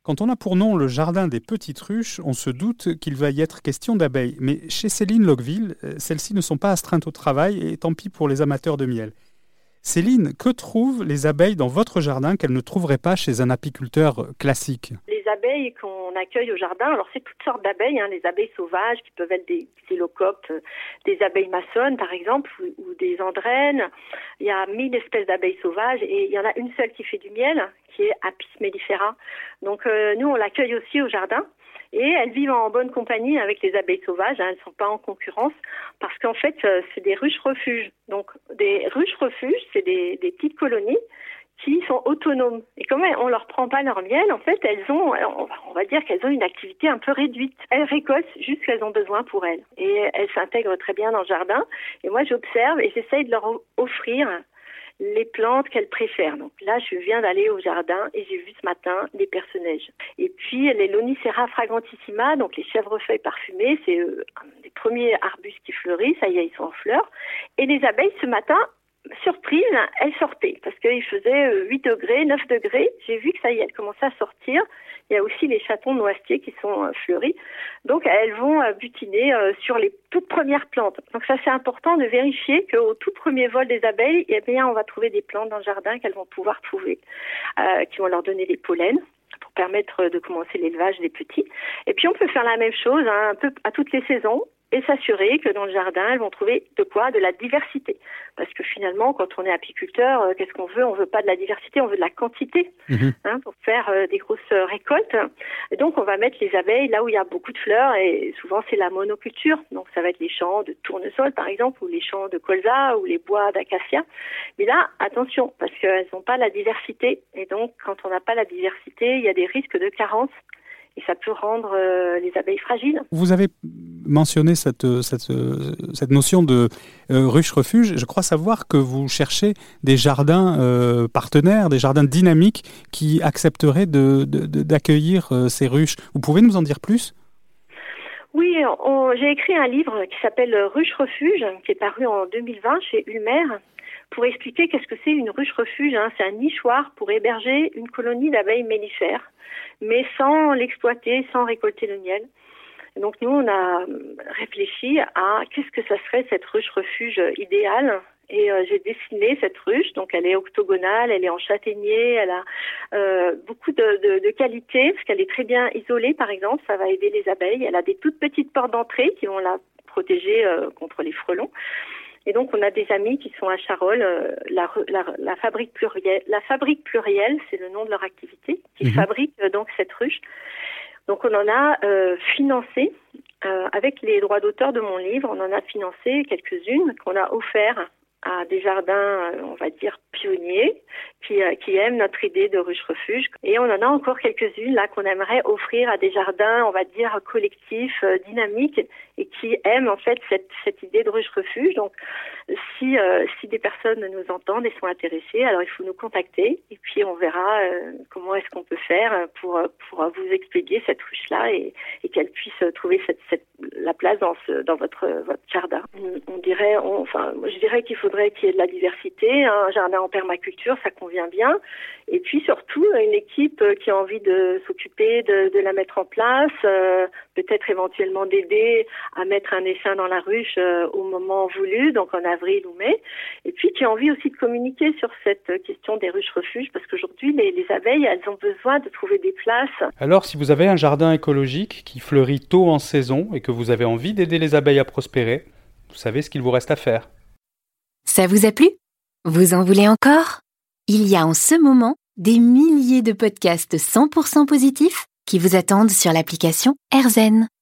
Quand on a pour nom le jardin des petites ruches, on se doute qu'il va y être question d'abeilles. Mais chez Céline Locqueville, celles-ci ne sont pas astreintes au travail et tant pis pour les amateurs de miel. Céline, que trouvent les abeilles dans votre jardin qu'elles ne trouveraient pas chez un apiculteur classique ? Les abeilles qu'on accueille au jardin, alors c'est toutes sortes d'abeilles, les abeilles sauvages qui peuvent être des xylocopes, des abeilles maçonnes par exemple, ou des andrènes. Il y a 1000 espèces d'abeilles sauvages et il y en a une seule qui fait du miel, qui est Apis mellifera. Donc nous on l'accueille aussi au jardin. Et elles vivent en bonne compagnie avec les abeilles sauvages, elles ne sont pas en concurrence, parce qu'en fait, c'est des ruches refuges. Donc, des ruches refuges, c'est des petites colonies qui sont autonomes. Et comme on leur prend pas leur miel, en fait, on va dire qu'elles ont une activité un peu réduite. Elles récoltent juste ce qu'elles ont besoin pour elles. Et elles s'intègrent très bien dans le jardin. Et moi, j'observe et j'essaye de leur offrir les plantes qu'elles préfèrent. Donc là, je viens d'aller au jardin et j'ai vu ce matin les perce-neige. Et puis les Lonicera fragrantissima, donc les chèvrefeuilles parfumées, c'est un des premiers arbustes qui fleurissent, ça y est, ils sont en fleurs. Et les abeilles, ce matin, surprise, elles sortaient parce qu'il faisait 8 degrés, 9 degrés. J'ai vu que ça y est, elles commençaient à sortir. Il y a aussi les chatons noisetiers qui sont fleuris. Donc, elles vont butiner sur les toutes premières plantes. Donc, ça, c'est important de vérifier qu'au tout premier vol des abeilles, eh bien, on va trouver des plantes dans le jardin qu'elles vont pouvoir trouver, qui vont leur donner des pollens pour permettre de commencer l'élevage des petits. Et puis, on peut faire la même chose un peu à toutes les saisons et s'assurer que dans le jardin, elles vont trouver de quoi ? De la diversité. Parce que finalement, quand on est apiculteur, qu'est-ce qu'on veut ? On veut pas de la diversité, on veut de la quantité pour faire des grosses récoltes. Et donc, on va mettre les abeilles là où il y a beaucoup de fleurs et souvent, c'est la monoculture. Donc, ça va être les champs de tournesol, par exemple, ou les champs de colza ou les bois d'acacia. Mais là, attention, parce qu'elles n'ont pas la diversité. Et donc, quand on n'a pas la diversité, il y a des risques de carence. Et ça peut rendre les abeilles fragiles. Vous avez mentionné cette notion de ruche refuge. Je crois savoir que vous cherchez des jardins partenaires, des jardins dynamiques qui accepteraient d'accueillir ces ruches. Vous pouvez nous en dire plus ? Oui, j'ai écrit un livre qui s'appelle Ruche refuge, qui est paru en 2020 chez Ulmer, pour expliquer qu'est-ce que c'est une ruche refuge. C'est un nichoir pour héberger une colonie d'abeilles mellifères, mais sans l'exploiter, sans récolter le miel. Et donc nous, on a réfléchi à qu'est-ce que ça serait cette ruche refuge idéale. Et j'ai dessiné cette ruche, donc elle est octogonale, elle est en châtaignier, elle a beaucoup de qualités, parce qu'elle est très bien isolée, par exemple, ça va aider les abeilles. Elle a des toutes petites portes d'entrée qui vont la protéger contre les frelons. Et donc, on a des amis qui sont à Charolles, la fabrique plurielle. La fabrique plurielle, c'est le nom de leur activité, qui fabrique donc cette ruche. Donc, on en a financé, avec les droits d'auteur de mon livre, on en a financé quelques-unes qu'on a offert à des jardins, on va dire, pionniers, qui aiment notre idée de ruche refuge. Et on en a encore quelques-unes là qu'on aimerait offrir à des jardins, on va dire, collectifs, dynamiques, et qui aiment en fait cette idée de ruche refuge. Donc, si des personnes nous entendent et sont intéressées, alors il faut nous contacter, et puis on verra comment est-ce qu'on peut faire pour vous expédier cette ruche-là et qu'elle puisse trouver la place dans votre jardin. Je dirais qu'il faudrait qu'il y ait de la diversité. Un jardin en permaculture, ça convient bien. Et puis surtout, une équipe qui a envie de s'occuper de la mettre en place, peut-être éventuellement d'aider à mettre un essaim dans la ruche au moment voulu, donc en avril ou mai. Et puis qui a envie aussi de communiquer sur cette question des ruches refuges, parce qu'aujourd'hui, les abeilles, elles ont besoin de trouver des places. Alors, si vous avez un jardin écologique qui fleurit tôt en saison et que vous avez envie d'aider les abeilles à prospérer, vous savez ce qu'il vous reste à faire. Ça vous a plu ? Vous en voulez encore ? Il y a en ce moment des milliers de podcasts 100% positifs qui vous attendent sur l'application AirZen.